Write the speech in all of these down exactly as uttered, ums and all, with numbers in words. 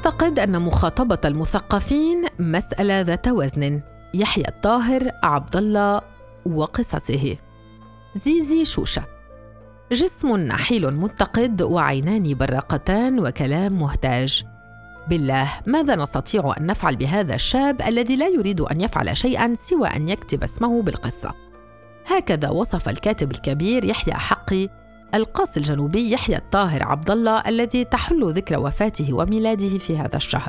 أعتقد أن مخاطبة المثقفين مسألة ذات وزن. يحيى الطاهر عبد الله وقصصه. زيزي شوشة. جسم نحيل متقد وعينان براقتان وكلام مهتاج. بالله، ماذا نستطيع أن نفعل بهذا الشاب الذي لا يريد أن يفعل شيئاً سوى أن يكتب اسمه بالقصة؟ هكذا وصف الكاتب الكبير يحيى حقي القاصي الجنوبي يحيى الطاهر عبد الله الذي تحل ذكرى وفاته وميلاده في هذا الشهر.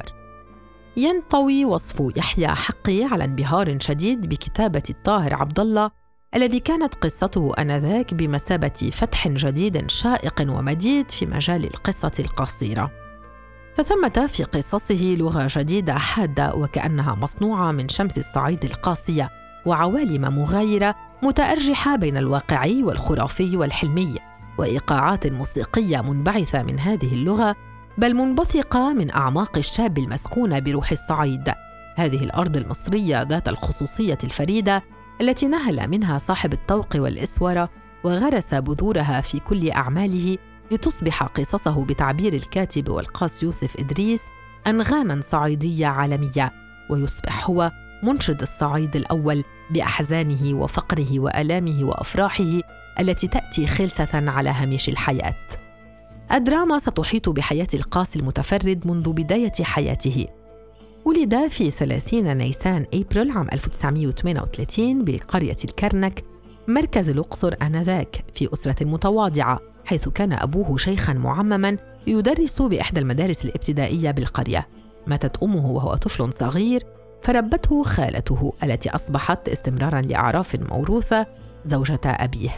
ينطوي وصف يحيى حقي على انبهار شديد بكتابة الطاهر عبد الله الذي كانت قصته آنذاك بمثابة فتح جديد شائق ومديد في مجال القصة القصيرة. فثمة في قصصه لغة جديدة حادة وكأنها مصنوعة من شمس الصعيد القاسية وعوالم مغايرة متأرجحة بين الواقعي والخرافي والحلمي، وإيقاعات موسيقية منبعثة من هذه اللغة بل منبثقة من أعماق الشاب المسكونة بروح الصعيد، هذه الأرض المصرية ذات الخصوصية الفريدة التي نهل منها صاحب الطوق والإسورة وغرس بذورها في كل أعماله لتصبح قصصه بتعبير الكاتب والقاص يوسف إدريس أنغاماً صعيدية عالمية، ويصبح هو منشد الصعيد الأول بأحزانه وفقره وآلامه وأفراحه التي تأتي خلسة على هامش الحياة. الدراما ستحيط بحياة القاصي المتفرد منذ بداية حياته. ولد في ثلاثين نيسان أبريل عام ألف وتسعمائة وثمانية وثلاثين بقرية الكرنك مركز الأقصر آنذاك في أسرة متواضعة، حيث كان أبوه شيخاً معمماً يدرس بإحدى المدارس الابتدائية بالقرية. ماتت أمه وهو طفل صغير فربته خالته التي أصبحت استمراراً لأعراف موروثة زوجة أبيه.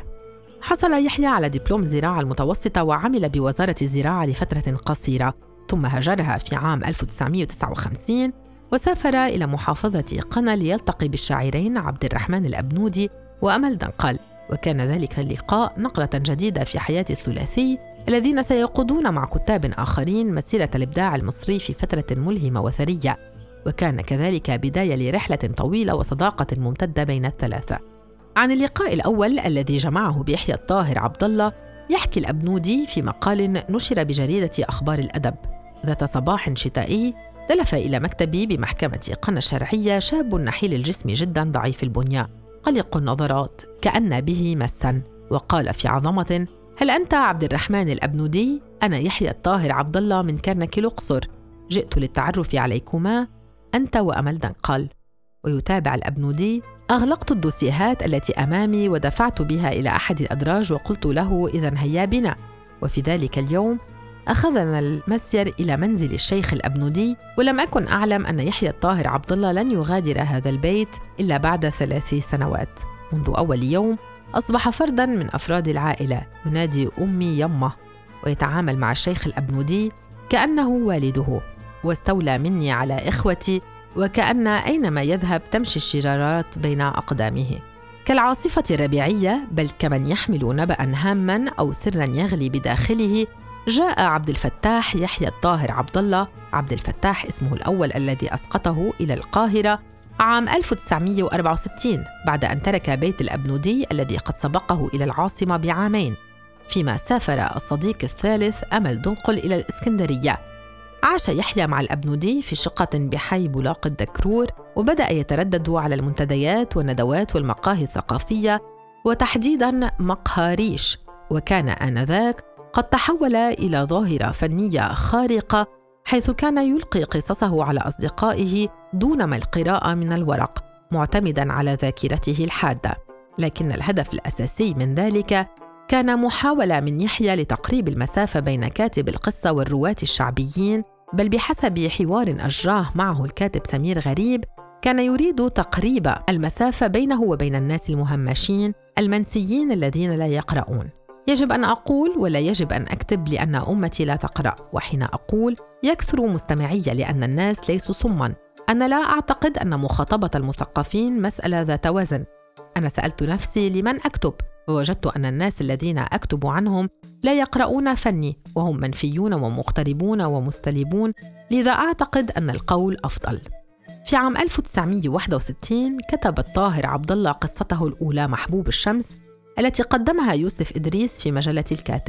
حصل يحيى على دبلوم الزراعة المتوسطة وعمل بوزارة الزراعة لفترة قصيرة، ثم هاجرها في عام ألف وتسعمائة وتسعة وخمسين وسافر إلى محافظة قنا ليلتقي بالشاعرين عبد الرحمن الأبنودي وأمل دنقل، وكان ذلك اللقاء نقلة جديدة في حياة الثلاثي الذين سيقودون مع كتاب آخرين مسيرة الإبداع المصري في فترة ملهمة وثرية، وكان كذلك بداية لرحلة طويلة وصداقة ممتدة بين الثلاثة. عن اللقاء الأول الذي جمعه بيحيى الطاهر عبد الله يحكي الأبنودي في مقال نشر بجريدة أخبار الأدب: ذات صباح شتائي دلف إلى مكتبي بمحكمة قنا الشرعية شاب نحيل الجسم جدا ضعيف البنية قلق النظرات كأن به مسا، وقال في عظمة: هل أنت عبد الرحمن الأبنودي؟ أنا يحيى الطاهر عبد الله من كرنك الأقصر، جئت للتعرف عليكما أنت وأمل دنقل. ويتابع الأبنودي: أغلقت الدوسيهات التي أمامي ودفعت بها إلى أحد الأدراج وقلت له: إذن هيا بنا. وفي ذلك اليوم أخذنا المسير إلى منزل الشيخ الأبنودي، ولم أكن أعلم أن يحيى الطاهر عبد الله لن يغادر هذا البيت إلا بعد ثلاث سنوات. منذ أول يوم أصبح فرداً من أفراد العائلة، ينادي أمي يمه، ويتعامل مع الشيخ الأبنودي كأنه والده، واستولى مني على إخوتي وكأن أينما يذهب تمشي الشجرات بين أقدامه كالعاصفة الربيعية، بل كمن يحمل نبأ هاما أو سرا يغلي بداخله. جاء عبد الفتاح يحيى الطاهر عبد الله، عبد الفتاح اسمه الأول الذي أسقطه، إلى القاهرة عام ألف وتسعمائة وأربعة وستين بعد أن ترك بيت الأبنودي الذي قد سبقه إلى العاصمة بعامين، فيما سافر الصديق الثالث أمل دنقل إلى الإسكندرية. عاش يحيى مع الأبنودي في شقة بحي بولاق الدكرور، وبدأ يتردد على المنتديات والندوات والمقاهي الثقافية، وتحديداً مقهى ريش، وكان آنذاك قد تحول إلى ظاهرة فنية خارقة، حيث كان يلقي قصصه على أصدقائه دون ما القراءة من الورق، معتمداً على ذاكرته الحادة. لكن الهدف الأساسي من ذلك كان محاولة من يحيى لتقريب المسافة بين كاتب القصة والرواة الشعبيين، بل بحسب حوار أجراه معه الكاتب سمير غريب كان يريد تقريب المسافة بينه وبين الناس المهمشين المنسيين الذين لا يقرؤون. يجب أن أقول ولا يجب أن أكتب لأن أمتي لا تقرأ، وحين أقول يكثر مستمعي لأن الناس ليسوا صماً، أنا لا أعتقد أن مخاطبة المثقفين مسألة ذات وزن. أنا سألت نفسي لمن أكتب، ووجدت أن الناس الذين أكتب عنهم لا يقرؤون فني، وهم منفيون ومغتربون ومستلبون، لذا أعتقد أن القول أفضل. في عام ألف وتسعمائة وواحد وستين كتب الطاهر عبد الله قصته الأولى محبوب الشمس، التي قدمها يوسف إدريس في مجلة الكاتب،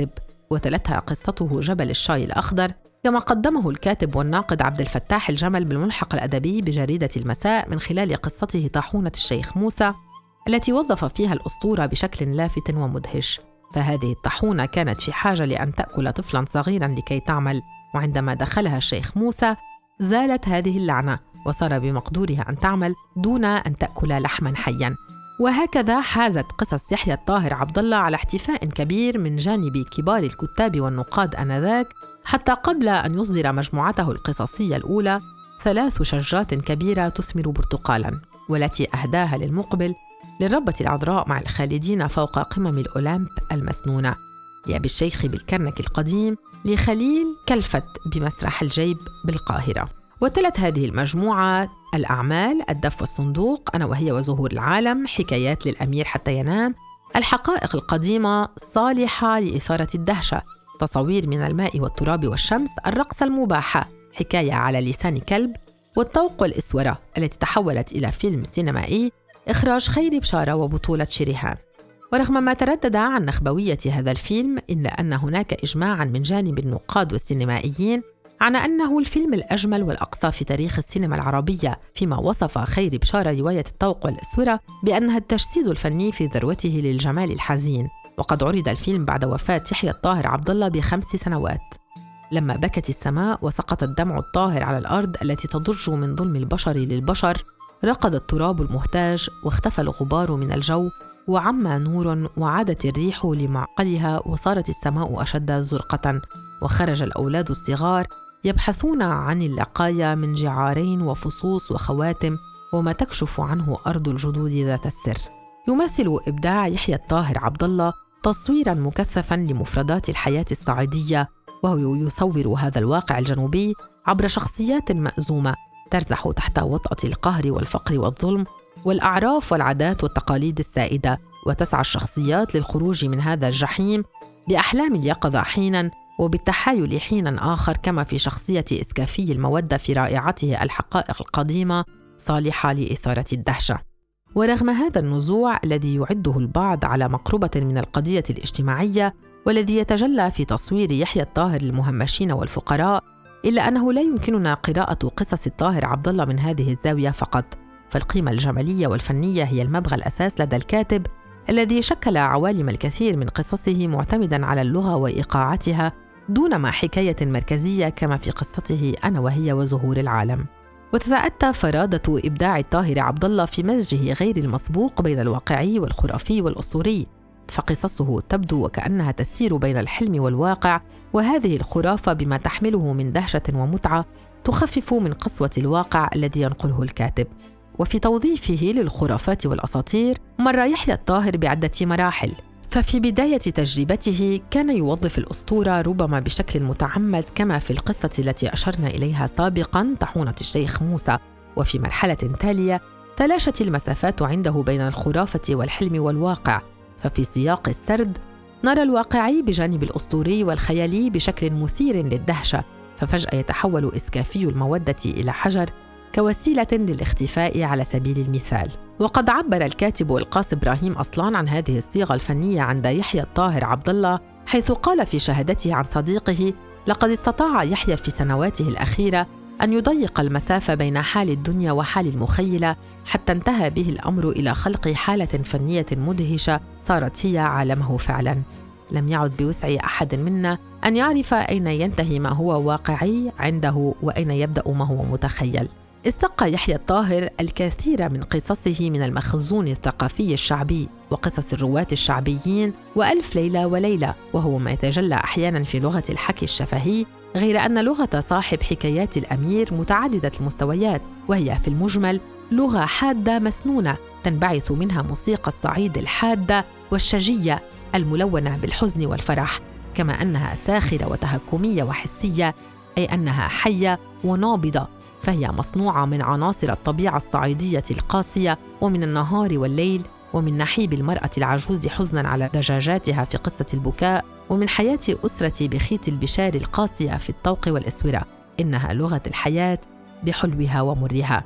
وتلتها قصته جبل الشاي الأخضر، كما قدمه الكاتب والناقد عبد الفتاح الجمل بالملحق الأدبي بجريدة المساء من خلال قصته طاحونة الشيخ موسى التي وظف فيها الأسطورة بشكل لافت ومدهش. فهذه الطاحونة كانت في حاجة لأن تأكل طفلاً صغيراً لكي تعمل، وعندما دخلها الشيخ موسى زالت هذه اللعنة وصار بمقدورها أن تعمل دون أن تأكل لحماً حياً. وهكذا حازت قصص يحيى الطاهر عبدالله على احتفاء كبير من جانب كبار الكتاب والنقاد آنذاك، حتى قبل أن يصدر مجموعته القصصية الأولى ثلاث شجرات كبيرة تثمر برتقالاً، والتي أهداها للمقبل للربة العذراء مع الخالدين فوق قمم الأولمب المسنونة، لأبي الشيخ بالكرنك القديم، لخليل كلفت بمسرح الجيب بالقاهرة. وتلت هذه المجموعة الأعمال الدف والصندوق، أنا وهي وزهور العالم، حكايات للأمير حتى ينام، الحقائق القديمة صالحة لإثارة الدهشة، تصوير من الماء والتراب والشمس، الرقصة المباحة، حكاية على لسان كلب، والطوق والإسورة التي تحولت إلى فيلم سينمائي، إخراج خيري بشارة وبطولة شريهان. ورغم ما تردد عن نخبوية هذا الفيلم، إلا أن هناك إجماعاً من جانب النقاد والسينمائيين عن أنه الفيلم الأجمل والأقصى في تاريخ السينما العربية، فيما وصف خيري بشارة رواية الطوق والإسورة بأنها التجسيد الفني في ذروته للجمال الحزين. وقد عرض الفيلم بعد وفاة يحيى الطاهر عبدالله بخمس سنوات. لما بكت السماء وسقط الدمع الطاهر على الأرض التي تضج من ظلم البشر للبشر، رقد التراب المهتاج واختفى الغبار من الجو وعم نور وعادت الريح لمعقلها وصارت السماء أشد زرقة، وخرج الأولاد الصغار يبحثون عن اللقايا من جعارين وفصوص وخواتم وما تكشف عنه أرض الجدود ذات السر. يمثل إبداع يحيى الطاهر عبدالله تصويراً مكثفاً لمفردات الحياة الصعيدية، وهو يصور هذا الواقع الجنوبي عبر شخصيات مأزومة ترزح تحت وطأة القهر والفقر والظلم والأعراف والعادات والتقاليد السائدة، وتسعى الشخصيات للخروج من هذا الجحيم بأحلام اليقظة حيناً وبالتحايل حيناً آخر، كما في شخصية إسكافي المودة في رائعته الحقائق القديمة صالحة لإثارة الدهشة. ورغم هذا النزوع الذي يعده البعض على مقربة من القضية الاجتماعية والذي يتجلى في تصوير يحيى الطاهر للمهمشين والفقراء، إلا أنه لا يمكننا قراءة قصص الطاهر عبدالله من هذه الزاوية فقط، فالقيمة الجمالية والفنية هي المبغى الأساس لدى الكاتب الذي شكل عوالم الكثير من قصصه معتمداً على اللغة وإيقاعاتها دون ما حكاية مركزية كما في قصته أنا وهي وزهور العالم. وتتأتى فرادة إبداع الطاهر عبدالله في مزجه غير المسبوق بين الواقعي والخرافي والأسطوري، فقصصه تبدو وكأنها تسير بين الحلم والواقع، وهذه الخرافة بما تحمله من دهشة ومتعة تخفف من قسوة الواقع الذي ينقله الكاتب. وفي توظيفه للخرافات والأساطير مر يحيى الطاهر بعدة مراحل، ففي بداية تجربته كان يوظف الأسطورة ربما بشكل متعمد كما في القصة التي أشرنا إليها سابقاً طاحونة الشيخ موسى، وفي مرحلة تالية تلاشت المسافات عنده بين الخرافة والحلم والواقع، ففي سياق السرد نرى الواقعي بجانب الأسطوري والخيالي بشكل مثير للدهشة، ففجأة يتحول إسكافي المودة إلى حجر كوسيلة للاختفاء على سبيل المثال. وقد عبر الكاتب القاص إبراهيم أصلان عن هذه الصيغة الفنية عند يحيى الطاهر عبدالله، حيث قال في شهادته عن صديقه: لقد استطاع يحيى في سنواته الأخيرة أن يضيق المسافة بين حال الدنيا وحال المخيلة، حتى انتهى به الأمر إلى خلق حالة فنية مدهشة صارت هي عالمه فعلاً. لم يعد بوسع أحد منا أن يعرف أين ينتهي ما هو واقعي عنده وأين يبدأ ما هو متخيل. استقى يحيى الطاهر الكثير من قصصه من المخزون الثقافي الشعبي وقصص الرواة الشعبيين وألف ليلة وليلة، وهو ما يتجلى أحياناً في لغة الحكي الشفهي، غير أن لغة صاحب حكايات الأمير متعددة المستويات، وهي في المجمل لغة حادة مسنونة تنبعث منها موسيقى الصعيد الحادة والشجية الملونة بالحزن والفرح، كما أنها ساخرة وتهكمية وحسية، أي أنها حية ونابضة، فهي مصنوعة من عناصر الطبيعة الصعيدية القاسية ومن النهار والليل، ومن نحيب المرأة العجوز حزناً على دجاجاتها في قصة البكاء، ومن حياة أسرة بخيت البشار القاسية في الطوق والإسورة. إنها لغة الحياة بحلوها ومرها.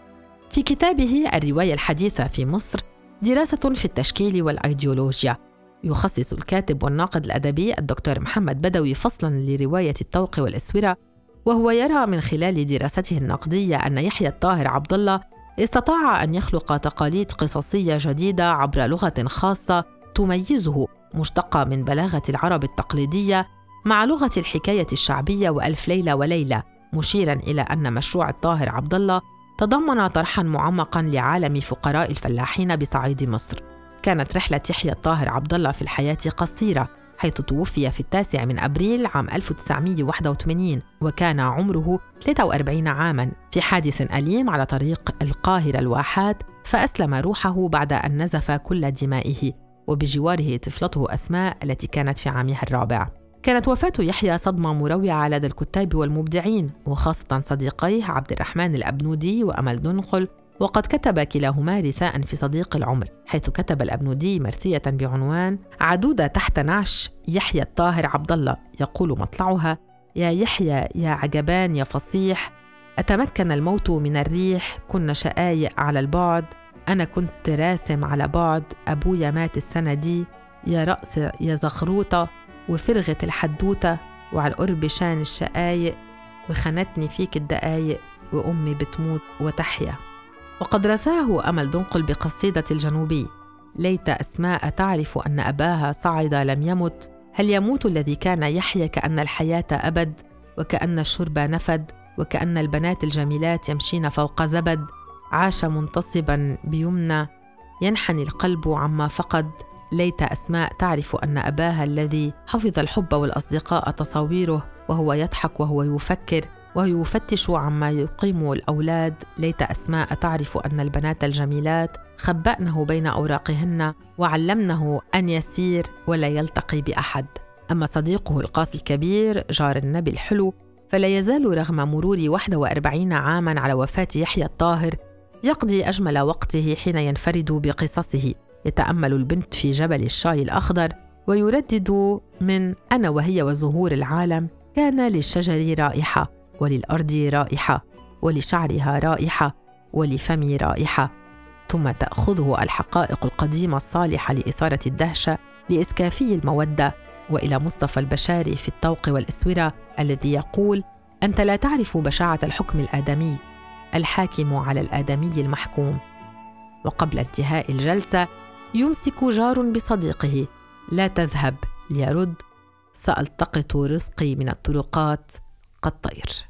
في كتابه الرواية الحديثة في مصر دراسة في التشكيل والأيديولوجيا، يخصص الكاتب والناقد الأدبي الدكتور محمد بدوي فصلاً لرواية الطوق والإسورة، وهو يرى من خلال دراسته النقدية أن يحيى الطاهر عبد الله استطاع أن يخلق تقاليد قصصية جديدة عبر لغة خاصة تميزه، مشتقة من بلاغة العرب التقليدية مع لغة الحكاية الشعبية وألف ليلة وليلة، مشيراً إلى أن مشروع الطاهر عبد الله تضمن طرحاً معمقاً لعالم فقراء الفلاحين بصعيد مصر. كانت رحلة يحيى الطاهر عبد الله في الحياة قصيرة، حيث توفي في التاسع من أبريل عام ألف وتسعمائة وواحد وثمانين وكان عمره ثلاثة وأربعين عاماً في حادث أليم على طريق القاهرة الواحات، فأسلم روحه بعد أن نزف كل دمائه، وبجواره طفلته أسماء التي كانت في عامها الرابع. كانت وفاة يحيى صدمة مروعة لدى الكتاب والمبدعين، وخاصة صديقيه عبد الرحمن الأبنودي وأمل دنقل، وقد كتب كلاهما رثاء في صديق العمر، حيث كتب الأبنودي مرثية بعنوان عدودة تحت نعش يحيى الطاهر عبد الله، يقول مطلعها: يا يحيى يا عجبان يا فصيح، أتمكن الموت من الريح، كنا شقايق على البعد، أنا كنت راسم على بعد، أبويا مات السنة دي، يا رأس يا زخروطة، وفرغت الحدوتة، وعلى القرب شان الشقايق، وخنتني فيك الدقايق، وأمي بتموت وتحيا. وقد رثاه أمل دنقل بقصيدة الجنوبي: ليت أسماء تعرف أن أباها صعد لم يمت، هل يموت الذي كان يحيى كأن الحياة أبد، وكأن الشرب نفد، وكأن البنات الجميلات يمشين فوق زبد، عاش منتصبا بيمنى، ينحني القلب عما فقد، ليت أسماء تعرف أن أباها الذي حفظ الحب والأصدقاء تصاويره، وهو يضحك وهو يفكر وهو يفتش عما يقيم الأولاد، ليت أسماء تعرف أن البنات الجميلات خبأنه بين أوراقهن وعلمنه أن يسير ولا يلتقي بأحد. أما صديقه القاسي الكبير جار النبي الحلو فلا يزال رغم مرور واحد وأربعين عاماً على وفاة يحيى الطاهر يقضي أجمل وقته حين ينفرد بقصصه، يتأمل البنت في جبل الشاي الأخضر ويردد من أنا وهي وزهور العالم، كان للشجر رائحة، وللأرض رائحة، ولشعرها رائحة، ولفمي رائحة، ثم تأخذه الحقائق القديمة الصالحة لإثارة الدهشة لإسكافي المودة، وإلى مصطفى البشاري في الطوق والإسورة الذي يقول: أنت لا تعرف بشاعة الحكم الآدمي، الحاكم على الآدمي المحكوم. وقبل انتهاء الجلسة يمسك جار بصديقه: لا تذهب، ليرد: سألتقط رزقي من الطرقات كالطير.